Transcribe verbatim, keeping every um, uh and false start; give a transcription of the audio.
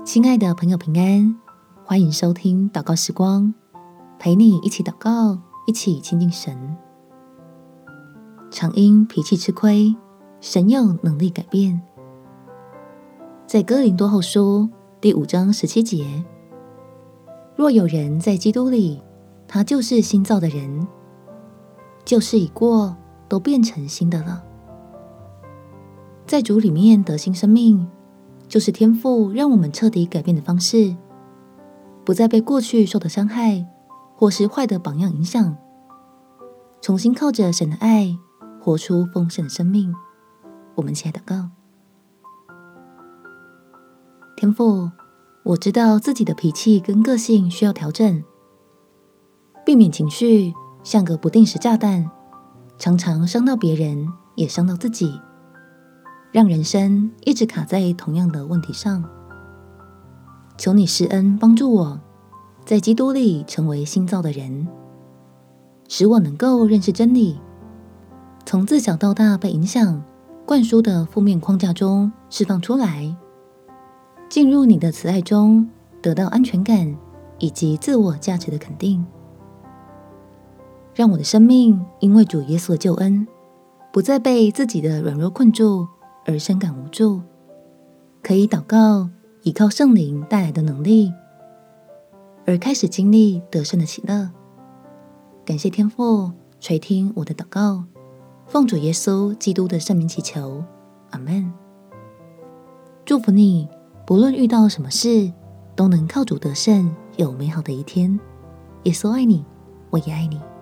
亲爱的朋友平安，欢迎收听祷告时光，陪你一起祷告，一起亲近神。常因脾气吃亏，神有能力改变。在哥林多后书第五章十七节，若有人在基督里，他就是新造的人，旧事已过，都变成新的了。在主里面得新生命，就是天父让我们彻底改变的方式，不再被过去受的伤害或是坏的榜样影响，重新靠着神的爱活出丰盛的生命。我们一起来祷告。天父，我知道自己的脾气跟个性需要调整，避免情绪像个不定时炸弹，常常伤到别人，也伤到自己，让人生一直卡在同样的问题上。求你施恩帮助我，在基督里成为新造的人，使我能够认识真理，从自小到大被影响、灌输的负面框架中释放出来，进入你的慈爱中，得到安全感以及自我价值的肯定。让我的生命因为主耶稣的救恩，不再被自己的软弱困住而深感无助，可以祷告，依靠圣灵带来的能力，而开始经历得胜的喜乐。感谢天父垂听我的祷告，奉主耶稣基督的圣名祈求，阿们。祝福你，不论遇到什么事，都能靠主得胜，有美好的一天。耶稣爱你，我也爱你。